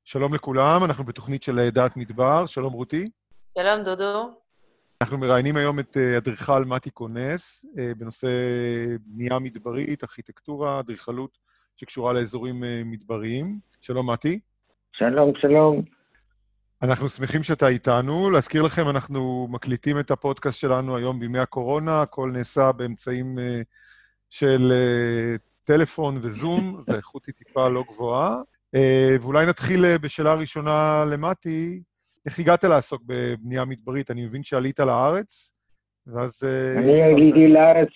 שלום לכולם, אנחנו בתוכנית של דעת מדבר. שלום רותי. שלום דודו. אנחנו מראיינים היום את אדריכל מתי כונס בנושא בנייה מדברית, ארכיטקטורה, אדריכלות שקשורה לאזורים מדבריים. שלום מתי. שלום, שלום. אנחנו שמחים שאתה איתנו. להזכיר לכם, אנחנו מקליטים את הפודקאסט שלנו היום בימי הקורונה, הכל נעשה באמצעים של טלפון וזום, זה איכות היא טיפה לא גבוהה. ואולי נתחיל בשאלה הראשונה למתי, איך הגעת לעסוק בבנייה מדברית? אני מבין שעלית לארץ, ואז... אני עליתי לארץ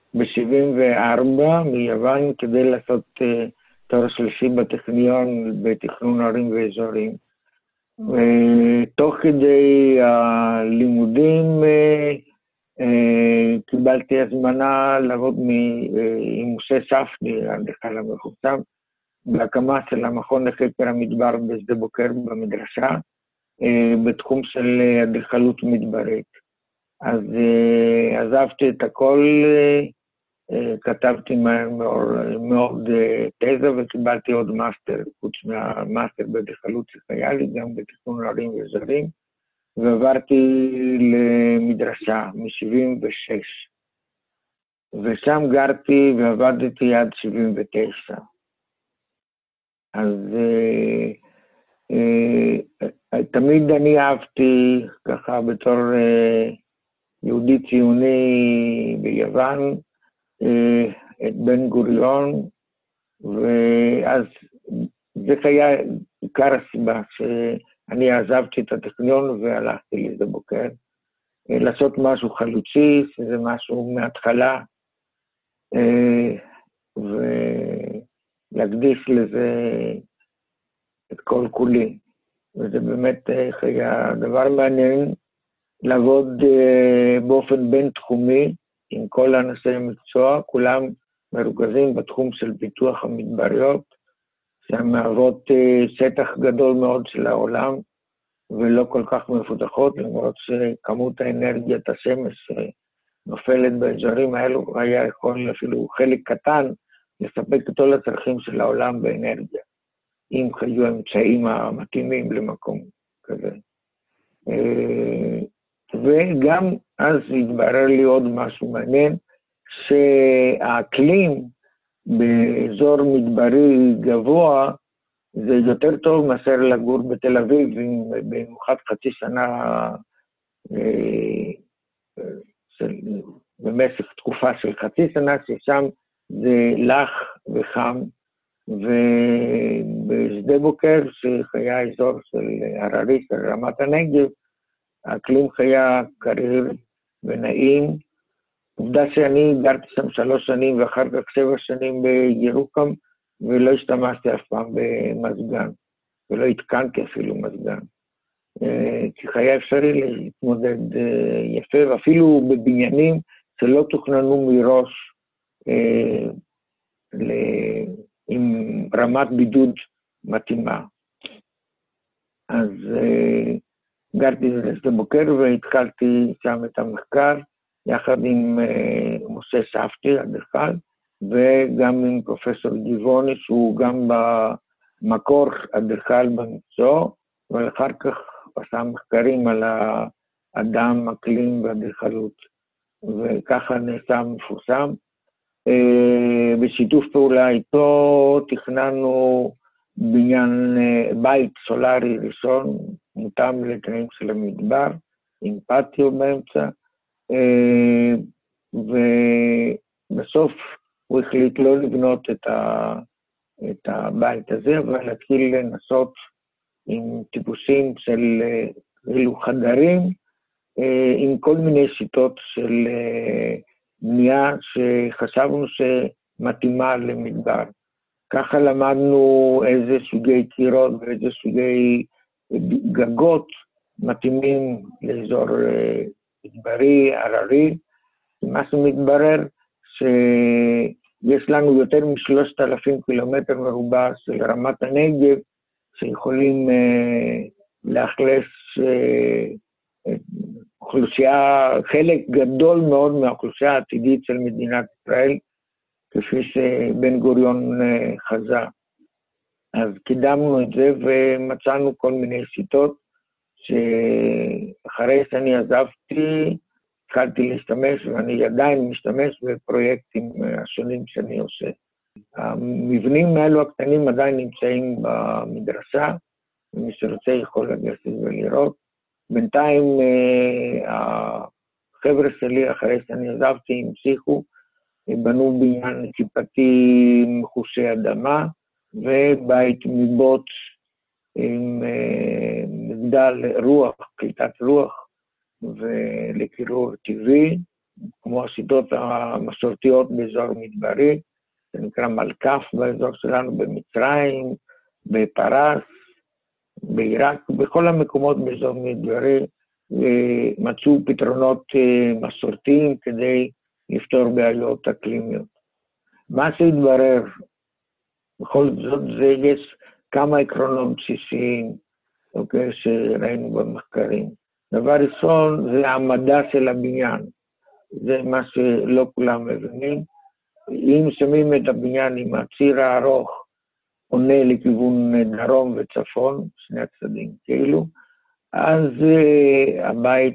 ב-74 מיוון כדי לעשות תואר שלישי בטכניון בתכנון ערים ואזורים. ותוך כדי הלימודים קיבלתי הזמנה לעבוד עם משה ספני, האדריכל המפורסם, בהקמה של המכון לחקר המדבר בשדה בוקר במדרשה, בתחום של אדריכלות מדברית. אז עזבתי את הכל, כתבתי מאוד תזה וקיבלתי עוד מאסטר, חוץ מהמאסטר באדריכלות שהיה לי, גם בתכנון ערים ואזורים, ועברתי למדרשה מ-76. ושם גרתי ועבדתי עד 79. אז תמיד אני אהבתי, ככה בתור יהודי ציוני ביוון, את בן גוריון, ואז זה היה עיקר הסיבה שאני עזבתי את הטכניון והלכתי לשדה בוקר, לעשות משהו חלוצי, שזה משהו מההתחלה, להקדיש לזה את כל כולי. וזה באמת היה דבר מעניין לעבוד באופן בין-תחומי עם כל אנשי המקצוע, כולם מרוכזים בתחום של פיתוח המדבריות, שמהוות שטח גדול מאוד של העולם, ולא כל כך מפותחות, למרות שכמות האנרגיית השמש נופלת באזורים האלו, היה יכול אפילו חלק קטן, לספק את כל הצרכים של העולם באנרגיה, אם היו האמצעים המתאימים למקום כזה. וגם אז התברר לי עוד משהו מעניין, שהאקלים באזור מדברי גבוה, זה יותר טוב מאשר לגור בתל אביב, במיוחד חצי שנה, במשך תקופה של חצי שנה, ששם זה לח וחם, ובשדה בוקר, שהיה אזור של הררי, של רמת הנגב, האקלים היה קריר ונעים. עובדה שאני גרתי שם 3 שנים, ואחר כך 7 שנים בירוחם, ולא השתמשתי אף פעם במזגן, ולא התקנתי אפילו מזגן. כי היה אפשרי להתמודד יפה, ואפילו בבניינים שלא תוכננו מראש, עם רמת בידוד מתאימה. אז גרתי לשדה בוקר והתחלתי שם את המחקר, יחד עם משה ספני, אדריכל, וגם עם פרופסור גיבוני, שהוא גם במקור אדריכל במקצוע, אבל אחר כך עשה מחקרים על האדם, אקלים ואדריכלות, וככה נעשה מפורסם. בשיתוף פעולה איתו תכננו בית סולרי ראשון, מותאם לתנאים של המדבר, עם פטיו באמצע, ובסוף הוא החליט לא לבנות את הבית הזה, אבל להתחיל לנסות עם טיפוסים של אילו חדרים, עם כל מיני שיטות של בנייה שחשבנו שמתאימה למדבר. ככה למדנו איזה סוגי קירות ואיזה סוגי גגות מתאימים לאזור מדברי, הררי. מה שמתברר שיש לנו יותר מ3,000 קילומטר מרובע של רמת הנגב, שיכולים לאכלס אוכלוסייה, חלק גדול מאוד מהאוכלוסייה העתידית של מדינת ישראל, כפי שבן גוריון חזה. אז קידמנו את זה ומצאנו כל מיני שיטות שאחרי שאני עזבתי, התחלתי להשתמש, ואני עדיין משתמש בפרויקטים השונים שאני עושה. המבנים האלו הקטנים עדיין נמצאים במדרשה, ומי שרוצה יכול לגשת ולראות. בינתיים החבר'ה שלי, אחרי שאני עזבתי, המשיכו, בנו בניין טיפתי מחושי אדמה, ובית מבוץ עם מגדל רוח, קליטת רוח, ולקירור טבעי, כמו השיטות המסורתיות באזור מדברי, זה נקרא מלכף באזור שלנו, במצרים, בפרס, בעיראק, בכל המקומות באזור מדברי, מצאו פתרונות מסורתיים כדי לפתור בעיות אקלימיות. מה שהתברר, בכל זאת יש כמה עקרונות בסיסיים, אוקיי, שראינו במחקרים. דבר ראשון זה העמדה של הבניין, זה מה שלא כולם מבינים. אם שמים את הבניין עם הציר הארוך, עונה לכיוון דרום וצפון, שני הצדדים כאילו, אז הבית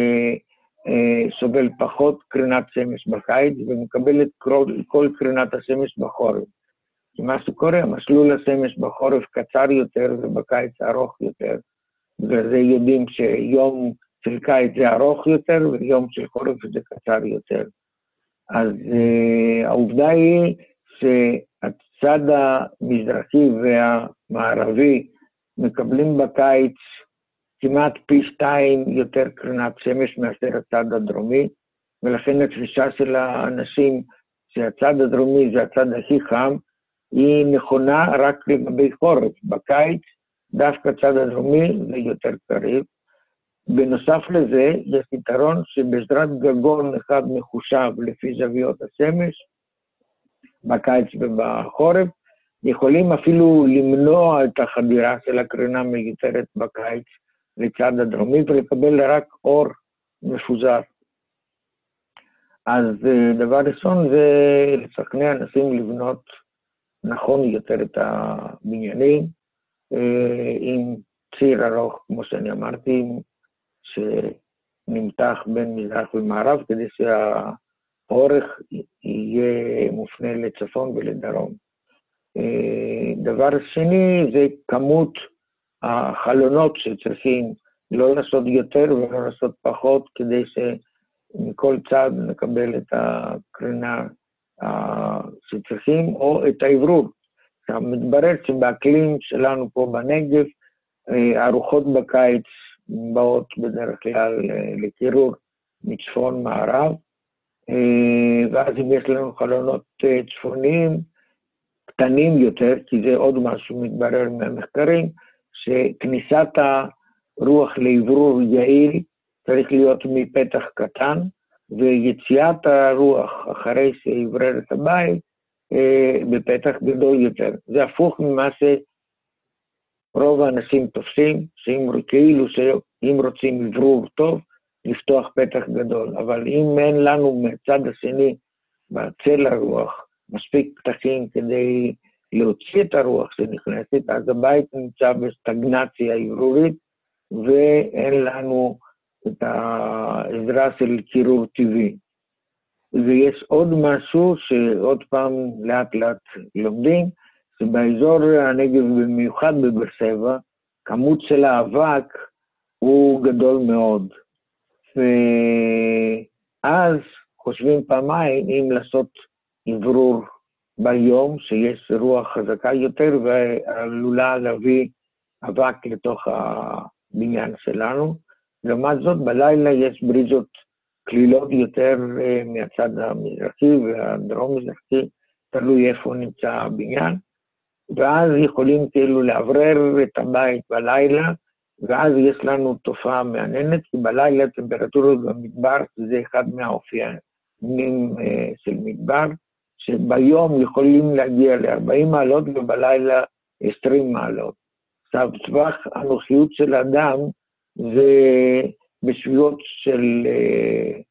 סובל פחות קרינת שמש בקיץ, ומקבל את כל קרינת השמש בחורף. כי מה שקורה, המסלול השמש בחורף קצר יותר ובקיץ ארוך יותר, וזה יודעים שיום של קיץ זה ארוך יותר, ויום של חורף זה קצר יותר. אז העובדה היא שהצד המזרחי והמערבי מקבלים בקיץ כמעט פי 2 יותר קרינת שמש מאשר הצד הדרומי, ולכן התפיסה של האנשים שהצד הדרומי זה הצד הכי חם, היא נכונה רק לגבי חורף. בקיץ דווקא הצד הדרומי זה יותר קריב. בנוסף לזה, יש יתרון שבעזרת גגון אחד מחושב לפי זוויות השמש, בקיץ ובחורף, יכולים אפילו למנוע את החדירה של הקרינה מיותרת בקיץ לצד הדרומי, ולקבל רק אור מפוזר. אז דבר ראשון זה לשכנע אנשים לבנות נכון יותר את הבניינים, עם ציר ארוך, כמו שאני אמרתי, שנמתח בין מזרח ומערב, כדי שהאורך יהיה מופנה לצפון ולדרום. דבר שני זה כמות החלונות שצריכים לא לעשות יותר ולא לעשות פחות, כדי שמכל צד נקבל את הקרינה שצריכים, או את האוורור. מתברר שבאקלים שלנו פה בנגב, הרוחות בקיץ באות בדרך כלל לקירור מצפון מערב, ואז אם יש לנו חלונות צפוניים קטנים יותר, כי זה עוד משהו מתברר מהמחקרים, שכניסת הרוח לאוורור יעיל צריך להיות מפתח קטן, ויציאת הרוח אחרי שיברר את הבית בפתח גדול יותר. זה הפוך ממה שרוב האנשים תופסים, כאילו שאם רוצים אוורור טוב, לפתוח פתח גדול. אבל אם אין לנו מצד השני בצל הרוח מספיק פתחים כדי להוציא את הרוח שנכנסת, אז הבית נמצא בסטגנציה אוורורית, ואין לנו את העזרה של קירור טבעי. ויש עוד משהו שעוד פעם לאט לאט לומדים, שבאזור הנגב במיוחד בבאר שבע, כמות של האבק הוא גדול מאוד. ואז חושבים פעמיים אם לעשות אוורור ביום, שיש רוח חזקה יותר ועלולה להביא אבק לתוך הבניין שלנו. לעומת זאת, בלילה יש בריזות כלילות יותר מהצד המזרחי והדרום-מזרחי, תלוי איפה נמצא הבניין, ואז יכולים כאילו לאוורר את הבית בלילה, ואז יש לנו תופעה מעניינת, כי בלילה טמפרטורות במדבר, זה אחד מהאופיינים של מדבר, שביום יכולים להגיע ל-40 מעלות ובלילה 20 מעלות. עכשיו, טווח הנוחיות של האדם זה בשביעות של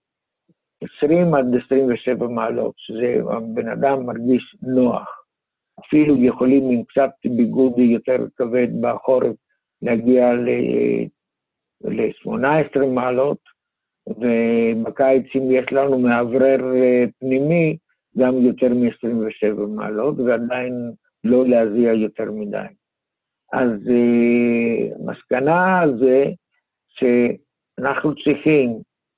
20 עד 27 מעלות, שזה הבן אדם מרגיש נוח. אפילו יכולים עם קצת ביגוד יותר כבד בחורף להגיע ל-18 מעלות, ובקיץ אם יש לנו מאוורר פנימי, גם יותר מ-27 מעלות, ועדיין לא להזיע יותר מדי. אז מסקנה זה שאנחנו צריכים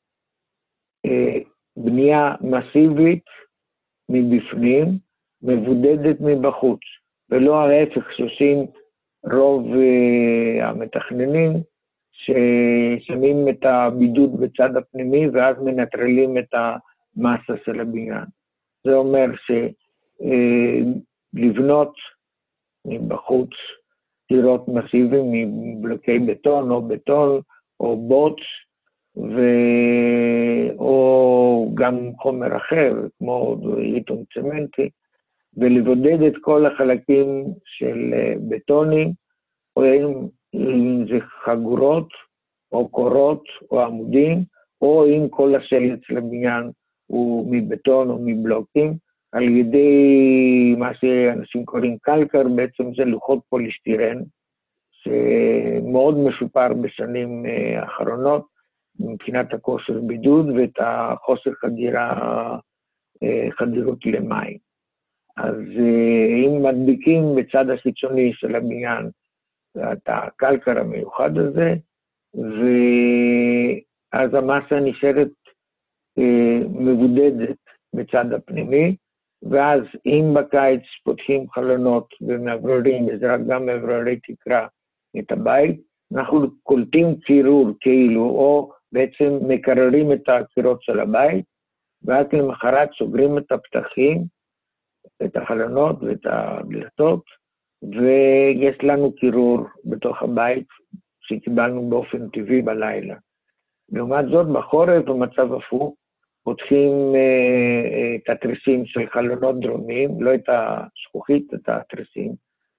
בנייה מסיבית מבפנים, מבודדת מבחוץ, ולא ההפך שעושים רוב המתכננים, ששמים את הבידוד בצד הפנימי, ואז מנטרלים את המסה של הבניין. זה אומר שלבנות מבחוץ דירות מסיביים מבלוקי בטון או בוץ, או גם חומר אחר, כמו עיתון צמנטי, ולבודד את כל החלקים של בטונים, או אם זה חגורות, או קורות, או עמודים, או אם כל השלט של הבניין הוא מבטון או מבלוקים, על ידי מה שאנשים קוראים קלקר, בעצם זה לוחות פוליסטירן, שמאוד משופר בשנים האחרונות, מבחינת הכושר בידוד ואת החוסר חדירות למים. אז אם מדביקים בצד החיצוני של הבניין את הקלקר המיוחד הזה, ואז המסה נשארת מבודדת בצד הפנימי, ואז אם בקיץ פותחים חלונות ומאווררים, וזה רק גם מאווררי תקרה את הבית, אנחנו קולטים קירור כאילו, או בעצם מקררים את הקירות של הבית, ואז למחרת סוגרים את הפתחים, את החלונות ואת הדלתות, ויש לנו קירור בתוך הבית שקיבלנו באופן טבעי בלילה. לעומת זאת, בחורף במצב הפוך, פותחים את התריסים של חלונות דרומיים, לא את הזכוכית, את התריסים,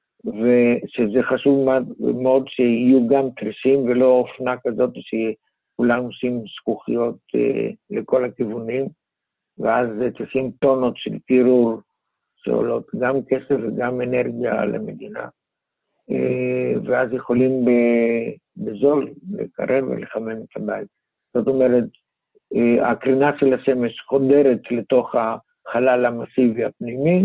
ושזה חשוב מאוד שיהיו גם תריסים ולא אופנה כזאת שכולם עושים זכוכיות לכל הכיוונים, ואז צריכים טונות של קירור שעולות גם כסף וגם אנרגיה למדינה, ואז יכולים בזול לקרב ולחמם את הבית. זאת אומרת, הקרינה של השמש חודרת לתוך החלל המסיבי הפנימי,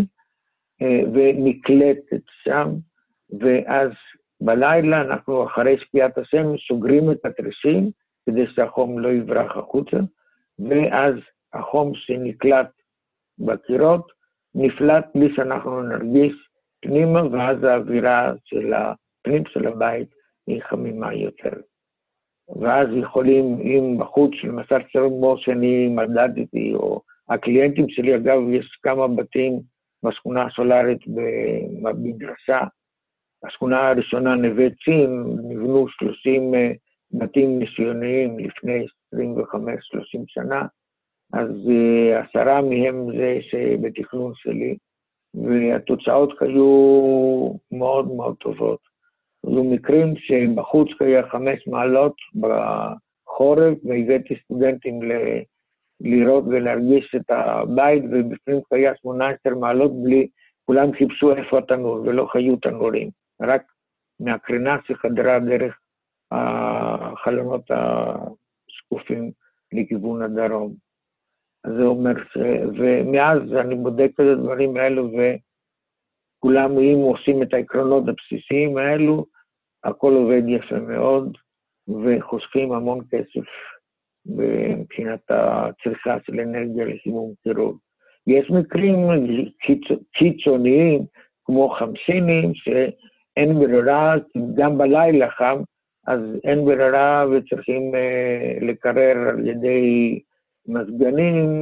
ונקלטת שם, ואז בלילה אנחנו אחרי שקיעת השמש סוגרים את התריסים, כדי שהחום לא יברח החוצה, ואז החום שנקלט בקירות, נפלט בלי שאנחנו נרגיש פנימה, ואז האווירה של הפנים של הבית היא חמימה יותר. ואז יכולים, אם בחוץ, למשל כמו שאני מדדתי, או הקליינטים שלי, אגב, יש כמה בתים בשכונה הסולארית במדרשה, השכונה הראשונה נווה צים, נבנו 30 בתים ניסיוניים לפני 25-30 שנה, אז 10 מהם זה שבתכנון שלי, והתוצאות היו מאוד מאוד טובות. היו מקרים שבחוץ היה 5 מעלות בחורף, והבאתי סטודנטים לראות ולהרגיש את הבית, ובפנים היה 18 מעלות בלי, כולם חיפשו איפה התנור, ולא היו תנורים, רק מהקרינה שחדרה דרך החלונות השקופים לכיוון הדרום. אז זה אומר ומאז אני בודק את הדברים האלו, וכולם אם עושים את העקרונות הבסיסיים האלו, הכל עובד יפה מאוד, וחוסכים המון כסף מבחינת הצריכה של אנרגיה לחימום קירור. יש מקרים קיצוניים, כמו חמסינים, שאין ברירה, גם בלילה חם, אז אין ברירה וצריכים לקרר על ידי מזגנים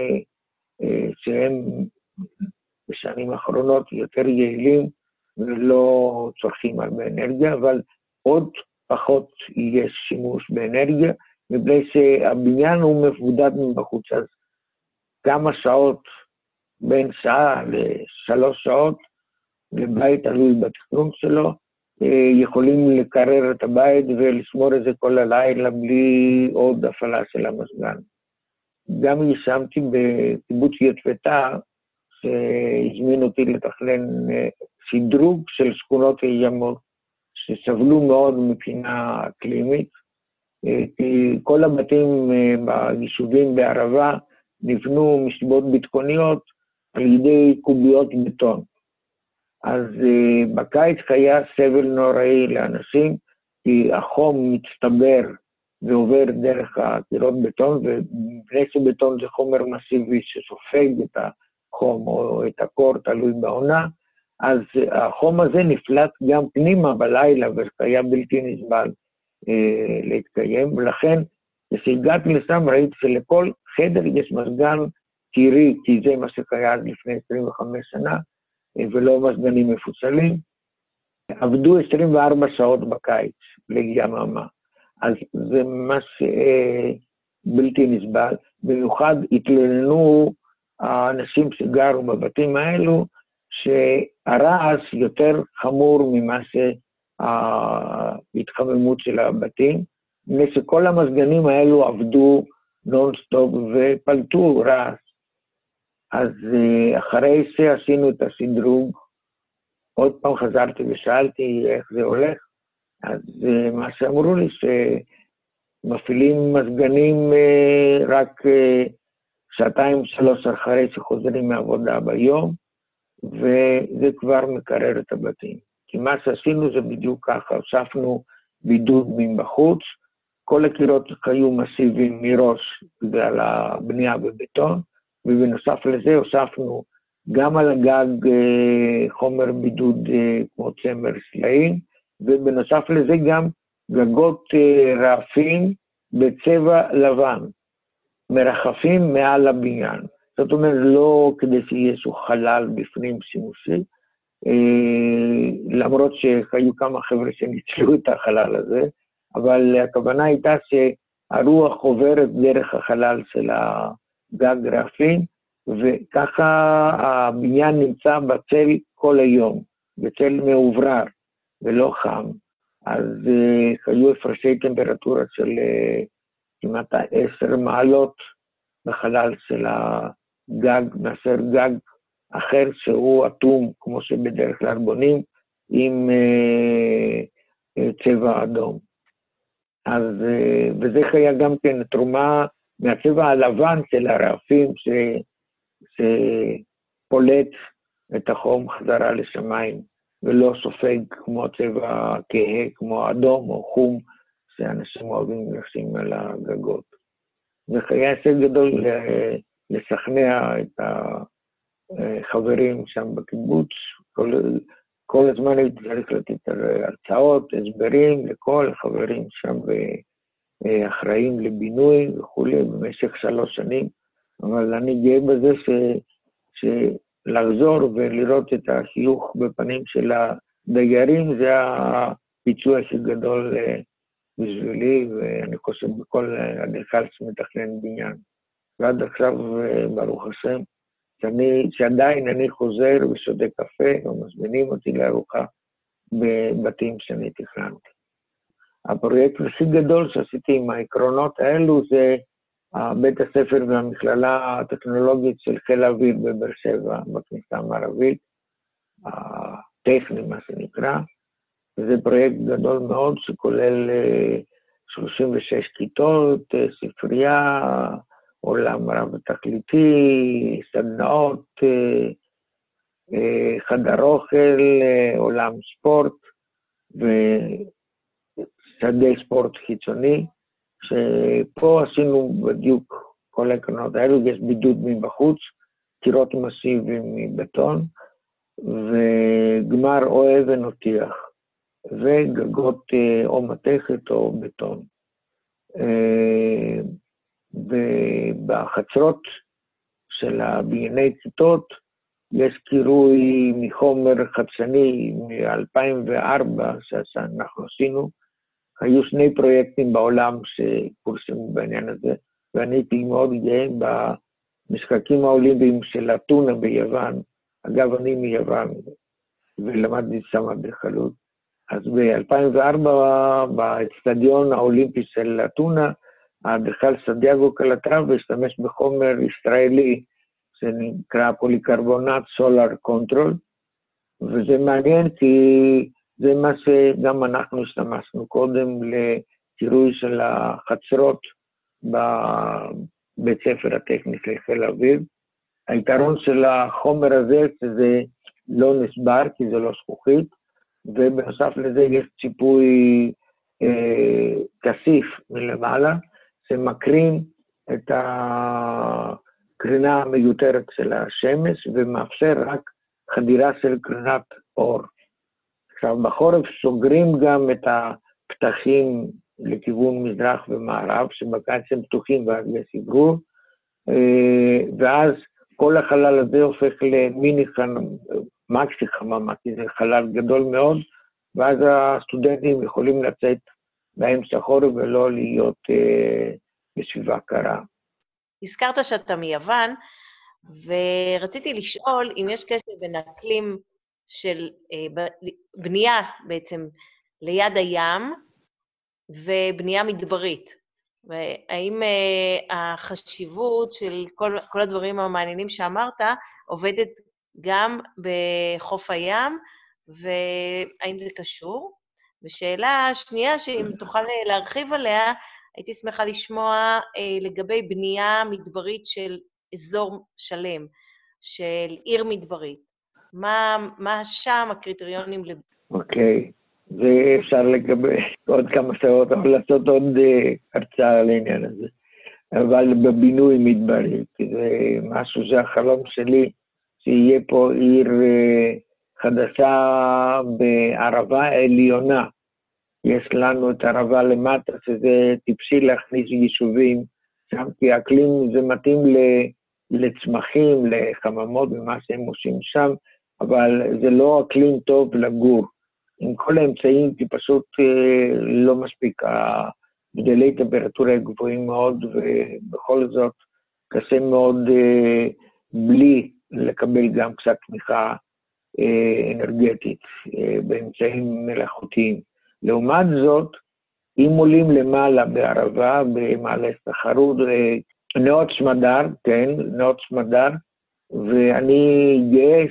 שהם בשנים האחרונות יותר יעילים ולא צורכים הרבה אנרגיה, אבל עוד פחות יש שימוש באנרגיה, מבלי שהבניין הוא מבודד מבחוץ, אז כמה שעות, בין שעה ל3 שעות, לבית תלוי בתכנון שלו, יכולים לקרר את הבית ולשמור את זה כל הלילה בלי עוד הפעלה של המזגן. גם ישמתי בקיבוץ יטבתה, שהזמין אותי לתכנן שדרוג של שכונות הימות, שסבלו מאוד מבחינה אקלימית, כי כל הבתים ביישובים בערבה נבנו מסיבות ביטחוניות על ידי קוביות בטון. אז בקיץ היה סבל נוראי לאנשים, כי החום מצטבר ועובר דרך הקירות בטון, ומפני שבטון זה חומר מסיבי שסופג את החום או את הקור, תלוי בעונה, אז החום הזה נפלט גם פנימה בלילה, והיה בלתי נסבל להתקיים, ולכן כשהגעתי לשם ראיתי שלכל חדר יש מזגן קירי, כי זה מה שקרה לפני 25 שנה, ולא מזגנים מפוצלים, עבדו 24 שעות בקיץ ליממה. אז זה ממש בלתי נסבל. במיוחד התלוננו האנשים שגרו בבתים האלו, שהרעש יותר חמור ממה שההתחממות של הבתים, מפני שכל המזגנים האלו עבדו נונסטופ ופלטו רעש. אז אחרי שעשינו את השדרוג, עוד פעם חזרתי ושאלתי איך זה הולך, אז מה שאמרו לי שמפעילים מזגנים רק 2-3 אחרי שחוזרים מעבודה ביום, וזה כבר מקרר את הבתים. כי מה שעשינו זה בדיוק ככה, הוספנו בידוד מבחוץ, כל הקירות היו מסיביים מראש בגלל הבנייה בבטון, ובנוסף לזה הוספנו גם על הגג חומר בידוד כמו צמר סלעים, ובנוסף לזה גם גגות רעפים בצבע לבן, מרחפים מעל הבניין. זאת אומרת, לא כדי שיהיה איזשהו חלל בפנים שימושי, למרות שהיו כמה חבר'ה שניצלו את החלל הזה, אבל הכוונה הייתה שהרוח עוברת דרך החלל של הגג רעפים, וככה הבניין נמצא בצל כל היום, בצל מעוברר ולא חם. אז היו הפרשי טמפרטורה של כמעט 10 מעלות בחלל של הגג, מאשר גג אחר שהוא אטום, כמו שבדרך כלל בונים, עם צבע אדום. אז, וזה היה גם כן תרומה מהצבע הלבן של הרעפים שפולט את החום חזרה לשמיים, ולא סופג כמו צבע כהה, כמו אדום או חום, שאנשים אוהבים לשים על הגגות. זה היה הישג גדול לשכנע את החברים שם בקיבוץ, כל הזמן הייתי צריך לתת הרצאות, הסברים לכל החברים שם ואחראים לבינוי וכולי במשך 3 שנים, אבל אני גאה בזה שלחזור ולראות את החיוך בפנים של הדיירים, זה הפיצוי הכי גדול בשבילי, ואני חושב בכל אדריכל שמתכנן בניין. ועד עכשיו, ברוך השם, שעדיין אני חוזר ושותה קפה, ומזמינים אותי לארוחה בבתים שאני תכננתי. הפרויקט הכי גדול שעשיתי עם העקרונות האלו, זה בית הספר והמכללה הטכנולוגית של חיל האוויר בבאר שבע, בכניסה המערבית, הטכני, מה שנקרא. וזה פרויקט גדול מאוד שכולל 36 כיתות, ספרייה, עולם רב תכליתי, סדנאות, חדר אוכל, עולם ספורט ושדה ספורט חיצוני, שפה עשינו בדיוק כל העקרונות האלו, יש בידוד מבחוץ, קירות מסיביים מבטון, וגמר או אבן או טיח, וגגות או מתכת או בטון. ובחצרות של הבנייני כיתות יש קירוי מחומר חדשני מ-2004 שאנחנו עשינו. היו 2 פרויקטים בעולם שפורסמו בעניין הזה, ואני הייתי מאוד גאה במשחקים האולימפיים של אתונה ביוון. אגב, אני מיוון ולמדתי שם אדריכלות. אז ב-2004 באצטדיון האולימפי של אתונה, האדריכל סנטיאגו קלטרבה השתמש בחומר ישראלי שנקרא פוליקרבונט סולר קונטרול, וזה מעניין כי זה מה שגם אנחנו השתמשנו קודם לקירוי של החצרות בבית ספר הטכני לחיל האוויר. היתרון של החומר הזה שזה לא נסבר כי זה לא זכוכית, ובנוסף לזה יש ציפוי כסיף מלמעלה, שמקרין את הקרינה המיותרת של השמש, ומאפשר רק חדירה של קרינת אור. עכשיו, בחורף סוגרים גם את הפתחים לכיוון מזרח ומערב, שבקיץ הם פתוחים ואז יש אוורור, ואז כל החלל הזה הופך למיני מקסי חממה, כי זה חלל גדול מאוד, ואז הסטודנטים יכולים לצאת באמצע החורף ולא להיות בסביבה קרה. הזכרת שאתה מיוון, ורציתי לשאול אם יש קשר בין אקלים של בנייה בעצם ליד הים ובנייה מדברית. והאם החשיבות של כל הדברים המעניינים שאמרת עובדת גם בחוף הים, והאם זה קשור? ושאלה שנייה, שאם תוכל להרחיב עליה, הייתי שמחה לשמוע לגבי בנייה מדברית של אזור שלם, של עיר מדברית. מה שם הקריטריונים אוקיי, ואפשר לגבי עוד כמה שעות, אבל לעשות עוד הרצאה על העניין הזה. אבל בבינוי מדברי, כי זה משהו, זה החלום שלי, שיהיה פה עיר חדשה בערבה העליונה. יש לנו את הערבה למטה, שזה טיפשי להכניס יישובים שם, כי האקלים זה מתאים לצמחים, לחממות ומה שהם עושים שם, אבל זה לא אקלים טוב לגור. עם כל האמצעים, כי פשוט לא מספיק, הבדלי טמפרטורה גבוהים מאוד, ובכל זאת קשה מאוד בלי לקבל גם קצת תמיכה אנרגטית באמצעים מלאכותיים. לעומת זאת, אם עולים למעלה בערבה, במעלה סחרות, נאות שמדר, כן, נאות שמדר, ואני גאה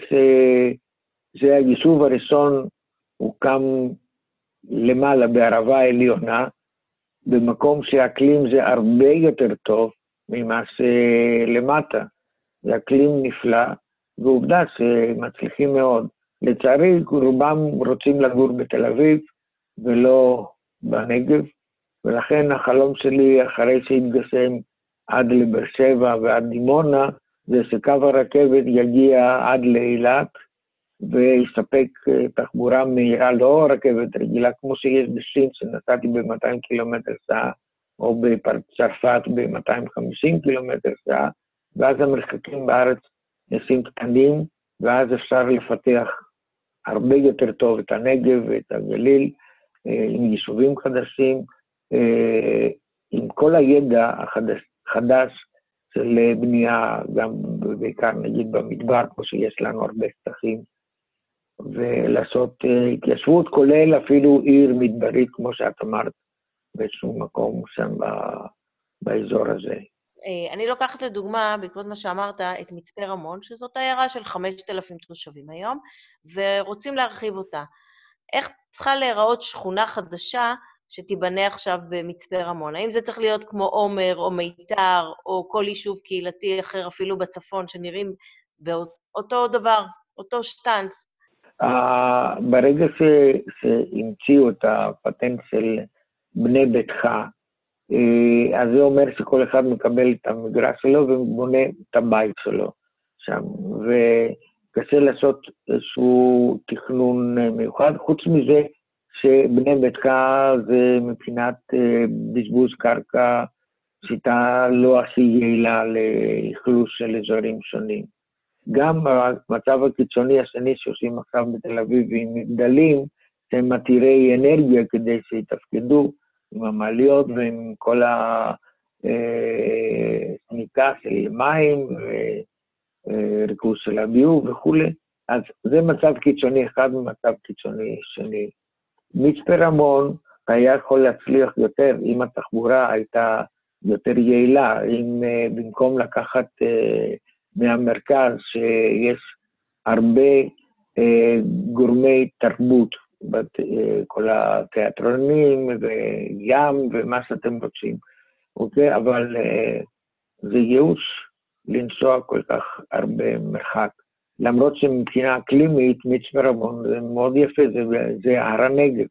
שזה היישוב הראשון, הוא קם למעלה בערבה העליונה, במקום שהאקלים זה הרבה יותר טוב ממה שלמטה. זה אקלים נפלא, ועובדה שמצליחים מאוד. לצערי, רובם רוצים לגור בתל אביב, ולא בנגב, ולכן החלום שלי אחרי שהתגשם עד לבאר שבע ועד דימונה, זה שקו הרכבת יגיע עד לאילת, ויספק תחבורה מהירה, לא רכבת רגילה, כמו שיש בסין, שנסעתי ב-200 קילומטר שעה, או בצרפת ב-250 קילומטר שעה, ואז המרחקים בארץ נעשים קטנים, ואז אפשר לפתח הרבה יותר טוב את הנגב ואת הגליל, עם יישובים חדשים, עם כל הידע החדש של בנייה, גם בעיקר נגיד במדבר, כמו שיש לנו הרבה שטחים, ולעשות התיישבות, כולל אפילו עיר מדברית, כמו שאת אמרת, באיזשהו מקום שם באזור הזה. אני לוקחת לדוגמה, בעקבות מה שאמרת, את מצפה רמון, שזאת עיירה של 5,000 תושבים היום, ורוצים להרחיב אותה. איך צריכה להיראות שכונה חדשה שתיבנה עכשיו במצפה רמון? האם זה צריך להיות כמו עומר או מיתר, או כל יישוב קהילתי אחר, אפילו בצפון, שנראים באותו דבר, אותו שטנץ? ברגע שהמציאו את הפטנט של בני ביתך, אז זה אומר שכל אחד מקבל את המגרש שלו ובונה את הבית שלו שם, וקשה לעשות איזשהו תכנון מיוחד, חוץ מזה שבני ביתך זה מבחינת בזבוז קרקע, שיטה לא הכי יעילה לאכלוס של אזורים שונים. גם המצב הקיצוני השני שעושים עכשיו בתל אביב עם מגדלים, שהם עתירי אנרגיה כדי שיתפקדו, עם המעליות ועם כל הסניקה של מים וריכוז של הביוב וכו'. אז זה מצב קיצוני אחד ומצב קיצוני שני. מצפה רמון היה יכול להצליח יותר אם התחבורה הייתה יותר יעילה, אם במקום לקחת מהמרכז, שיש הרבה גורמי תרבות, כל התיאטרונים וים ומה שאתם רוצים, אוקיי? אבל זה ייאוש לנסוע כל כך הרבה מרחק. למרות שמבחינה אקלימית, מצפה רמון זה מאוד יפה, זה הר הנגב,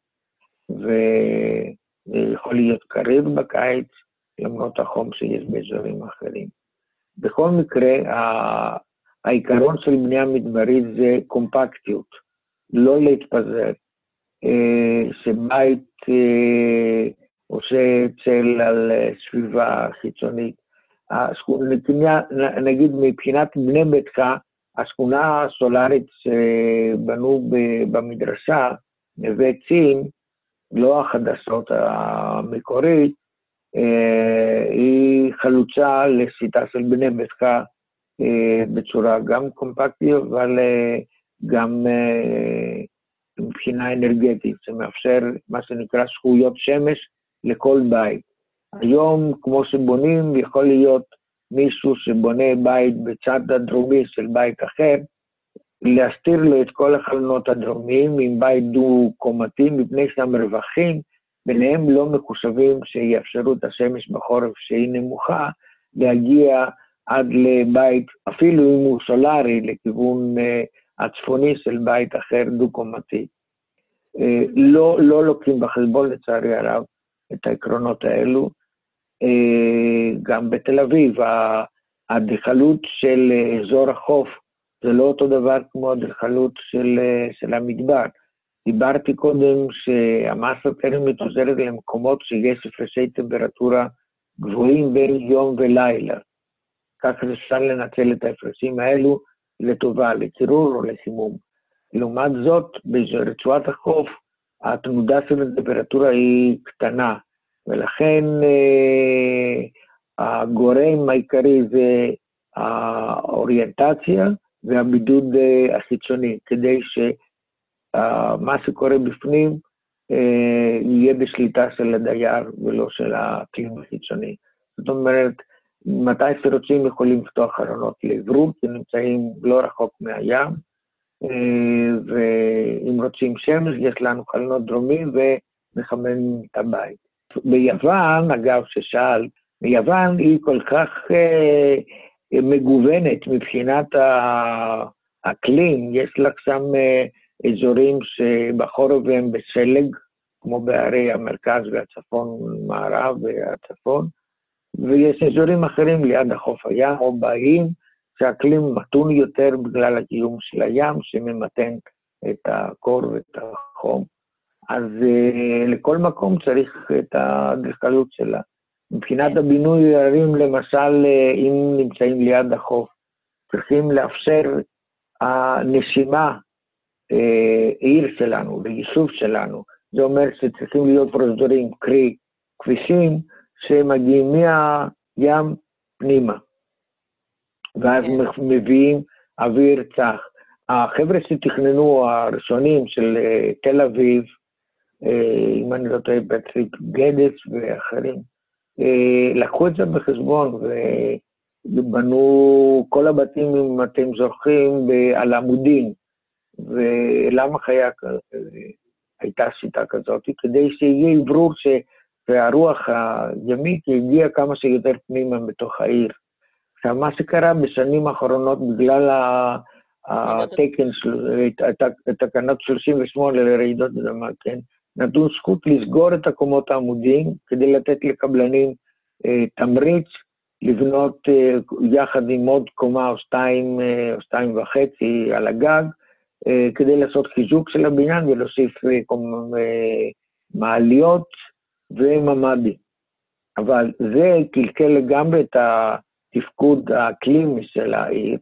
וזה יכול להיות קריר בקיץ, למרות החום שיש באזורים אחרים. בכל מקרה, העיקרון של בנייה מדברית זה קומפקטיות, לא להתפזר, שבית עושה צל על סביבה חיצונית. נגיד מבחינת בני ביתך, השכונה הסולרית שבנו במדרשה, נווה עצים, לא החדשות המקורית, היא חלוצה לשיטה של בני ביתך בצורה גם קומפקטית, אבל גם מבחינה אנרגטית, שמאפשר מה שנקרא זכויות שמש לכל בית. היום, כמו שבונים, יכול להיות מישהו שבונה בית בצד הדרומי של בית אחר, להסתיר לו את כל החלונות הדרומיים עם בית דו-קומתי, מפני שהמרווחים ביניהם לא מחושבים שיאפשרו את השמש בחורף שהיא נמוכה, להגיע עד לבית, אפילו אם הוא סולרי, לכיוון הצפוני של בית אחר דו-קומתי. לא לוקחים בחשבון לצערי הרב את העקרונות האלו. גם בתל אביב, האדריכלות של אזור החוף, זה לא אותו דבר כמו האדריכלות של המדבר. דיברתי קודם שהמסה טרמית עוזרת למקומות שיש הפרשי טמפרטורה גבוהים בין יום ולילה. כך אפשר לנצל את ההפרשים האלו לטובה, לקירור או לחימום. לעומת זאת, ברצועת החוף, התנודה של הטמפרטורה היא קטנה, ולכן הגורם העיקרי זה האוריינטציה והבידוד החיצוני, כדי שמה שקורה בפנים יהיה בשליטה של הדייר ולא של האקלים החיצוני. זאת אומרת, מתי שרוצים יכולים לפתוח חלונות לאוורור, כי נמצאים לא רחוק מהים, ואם רוצים שמש, יש לנו חלונות דרומיים ומחמם את הבית. ביוון, אגב, ששאל, ביוון היא כל כך מגוונת מבחינת האקלים, יש לך שם אזורים שבחורף הם בשלג, כמו בערי המרכז והצפון, מערב והצפון, ויש אזורים אחרים ליד החוף הים או באיים, שהאקלים מתון יותר בגלל הקיום של הים, שממתן את הקור ואת החום. אז לכל מקום צריך את האדריכלות שלה. מבחינת הבינוי הערים, למשל, אם נמצאים ליד החוף, צריכים לאפשר הנשימה, עיר שלנו, ליישוב שלנו. זה אומר שצריכים להיות פרוזדורים, קרי, כבישים, שמגיעים מהים פנימה. ואז מביאים אוויר צח. החבר'ה שתכננו הראשונים של תל אביב, אם אני לא טועה, פטריק גדס ואחרים, לקחו את זה בחשבון ובנו כל הבתים, אם אתם זוכרים, על עמודים. ולמה הייתה שיטה כזאת? כדי שיהיה עברור שהרוח הימית יגיע כמה שיותר פנימה בתוך העיר. עכשיו, מה שקרה בשנים האחרונות, בגלל התקן, תקנות 38 לרעידות אדמה, כן, נתנו זכות לסגור את הקומות העמודים, כדי לתת לקבלנים תמריץ, לבנות יחד עם עוד קומה או שתיים וחצי על הגג, כדי לעשות חיזוק של הבניין ולהוסיף מעליות וממ"דים. אבל זה קלקל לגמרי את התפקוד האקלימי של העיר,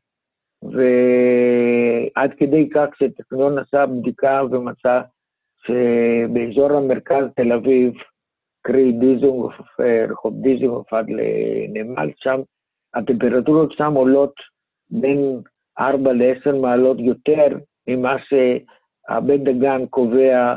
ועד כדי כך שטכניון עשה בדיקה ומצא שבאזור המרכז תל אביב, קרי דיזנגוף, רחוב דיזנגוף עד לנמל, שם הטמפרטורות שם עולות בין 4 ל-10 מעלות יותר ממה שהבית דגן קובע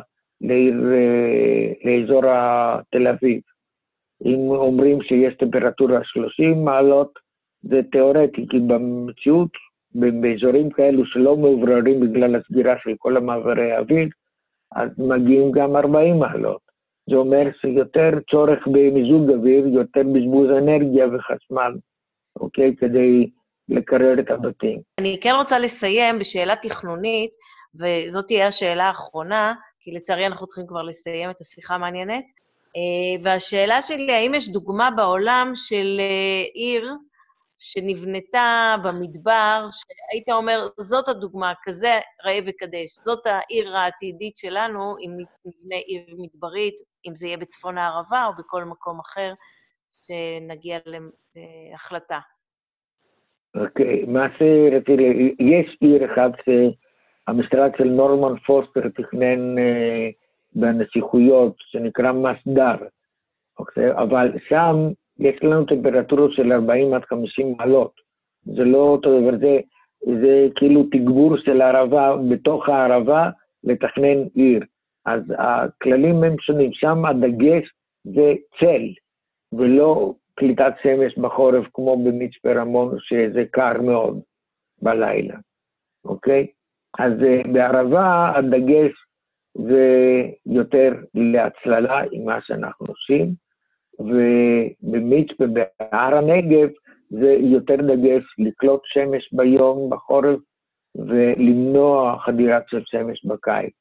לאזור תל אביב. אם אומרים שיש טמפרטורה 30 מעלות, זה תיאורטי, כי במציאות, באזורים כאלו שלא מאובררים בגלל הסגירה של כל המעברי האוויר, אז מגיעים גם 40 מעלות. זה אומר שיותר צורך במיזוג אוויר, יותר בזבוז אנרגיה וחשמל, אוקיי? כדי לקרר את הבתים. אני כן רוצה לסיים בשאלה תכנונית, וזאת תהיה השאלה האחרונה, כי לצערי אנחנו צריכים כבר לסיים את השיחה המעניינת. והשאלה שלי, האם יש דוגמה בעולם של עיר שנבנתה במדבר, שהיית אומר, זאת הדוגמה, כזה ראה וקדש, זאת העיר העתידית שלנו, אם נבנה עיר מדברית, אם זה יהיה בצפון הערבה או בכל מקום אחר, שנגיע להחלטה. אוקיי, מה שרציתי, יש עיר אחד שהמשרד של נורמן פוסטר תכנן בנסיכויות, שנקרא מסדר, אוקיי? אבל שם יש לנו טמפרטורות של 40 עד 50 מעלות. זה לא אותו דבר, זה כאילו תגבור של הערבה, בתוך הערבה לתכנן עיר. אז הכללים הם שונים, שם הדגש זה צל, ולא קליטת שמש בחורף כמו במצפה רמון, שזה קר מאוד בלילה, אוקיי? אז בערבה הדגש זה יותר להצללה עם מה שאנחנו עושים, ובמצפה, בהר הנגב, זה יותר דגש לקלוט שמש ביום בחורף, ולמנוע חדירת של שמש בקיץ,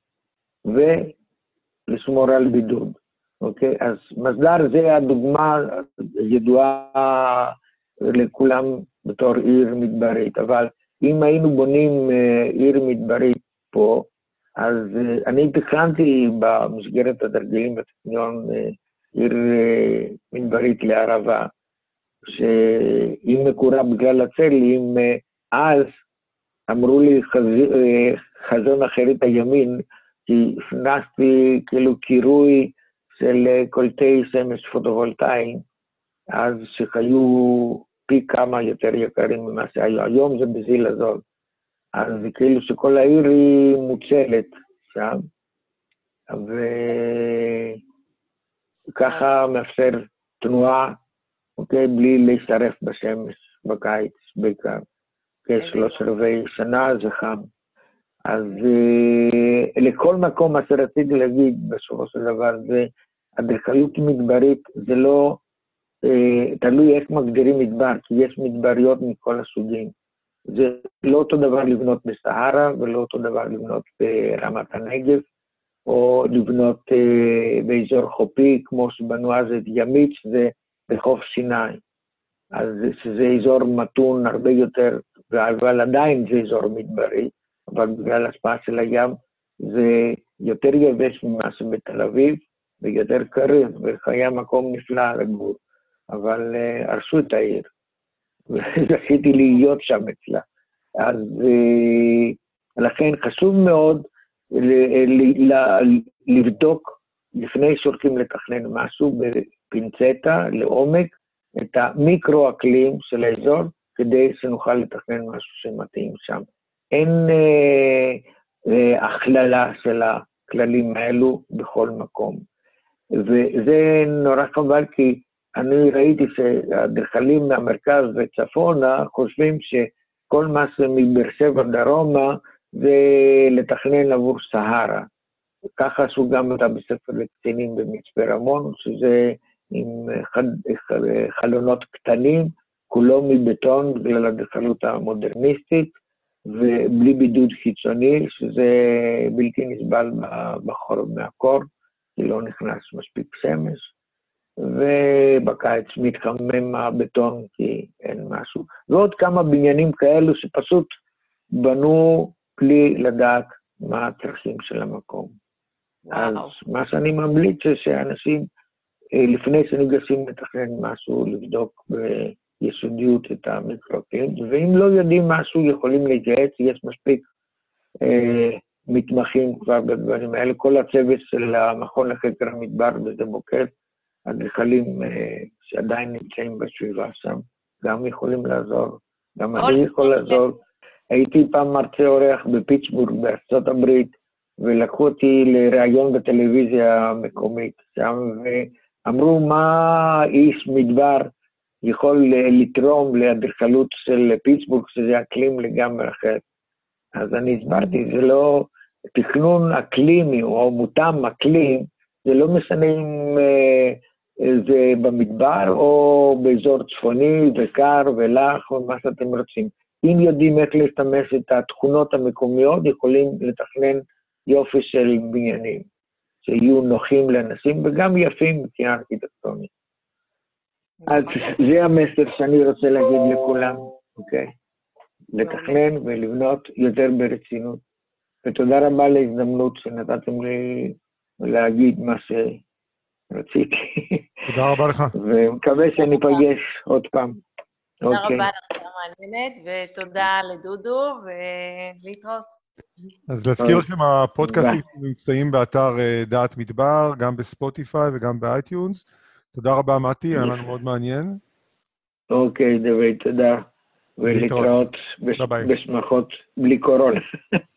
ולשמור על בידוד. אוקיי, אז מסדר זה הדוגמה ידועה לכולם בתור עיר מדברית, אבל אם היינו בונים עיר מדברית פה, אז אני תכננתי במסגרת התרגילים בטכניון עיר מדברית לערבה, שאם מקורה בגלל הצלים, אז אמרו לי חזון אחרית הימין, כי הכנסתי כאילו קירוי של קולטי שמש פוטו-וולטאיים, אז שהיו פי כמה יותר יקרים ממה שהיו. היום זה בזיל הזול. אז זה כאילו שכל העיר היא מוצלת שם, וככה מאפשר תנועה, אוקיי, בלי להישרף בשמש בקיץ בעיקר. כ3/4 שנה זה חם. אז לכל מקום מה שרציתי להגיד בסופו של דבר זה, אדריכלות מדברית זה לא, תלוי איך מגדירים מדבר, כי יש מדבריות מכל הסוגים. זה לא אותו דבר לבנות בסהרה, ולא אותו דבר לבנות ברמת הנגב, או לבנות באזור חופי, כמו שבנו אז את ימית, זה בחוף סיני. אז זה אזור מתון הרבה יותר, אבל עדיין זה אזור מדברי, אבל בגלל השפעה של הים זה יותר יבש ממה שבתל אביב, ויותר קרוב, והיה מקום נפלא לגור. אבל הרסו את העיר, וזכיתי להיות שם אצלה. אז לכן חשוב מאוד לבדוק, לפני שהולכים לתכנן משהו בפינצטה, לעומק, את המיקרו-אקלים של האזור, כדי שנוכל לתכנן משהו שמתאים שם. אין הכללה של הכללים האלו בכל מקום. וזה נורא חבל, כי אני ראיתי שהאדריכלים מהמרכז וצפונה חושבים שכל מה שמבאר שבע דרומה זה לתכנן עבור סהרה. ככה עשו גם את בספר לקצינים במצפה רמון, שזה עם חלונות קטנים, כולו מבטון בגלל האדריכלות המודרניסטית, ובלי בידוד חיצוני, שזה בלתי נסבל בחורף מהקור, כי לא נכנס מספיק שמש, ובקיץ מתחמם הבטון כי אין משהו. ועוד כמה בניינים כאלו שפשוט בנו בלי לדעת מה הצרכים של המקום. אז מה שאני ממליץ זה שאנשים, לפני שניגשים לתכנן משהו, לבדוק ביסודיות את המיקרו-אקלים, ואם לא יודעים משהו, יכולים להתייעץ, יש מספיק מתמחים כבר בדברים האלה. כל הצוות של המכון לחקר המדבר בשדה בוקר, אדריכלים שעדיין נמצאים בסביבה שם, גם יכולים לעזור, גם אני יכול לעזור. הייתי פעם מרצה אורח בפיטסבורג בארצות הברית, ולקחו אותי לראיון בטלוויזיה המקומית שם, ואמרו מה איש מדבר יכול לתרום לאדריכלות של פיטסבורג, שזה אקלים לגמרי אחר. אז אני הסברתי, זה לא תכנון אקלימי או מותאם אקלים, זה לא משנה אם זה במדבר או באזור צפוני וקר ולח ומה שאתם רוצים. אם יודעים איך להשתמש את התכונות המקומיות, יכולים לתכנן יופי של בניינים, שיהיו נוחים לאנשים וגם יפים מבחינה ארכיטקטונית. אז זה המסר שאני רוצה להגיד לכולם, אוקיי? לתכנן ולבנות יותר ברצינות. ותודה רבה להזדמנות שנתתם לי להגיד מה שרציתי. תודה רבה לך. ומקווה שניפגש עוד פעם. תודה רבה לך, מעניינת, ותודה לדודו, ולהתראות. אז להזכיר לכם, הפודקאסטים נמצאים באתר דעת מדבר, גם בספוטיפיי וגם באייטיונס. תודה רבה, מתי, היה לנו מאוד מעניין. אוקיי, דוד, תודה. ולהתראות בשמחות בלי קורונה.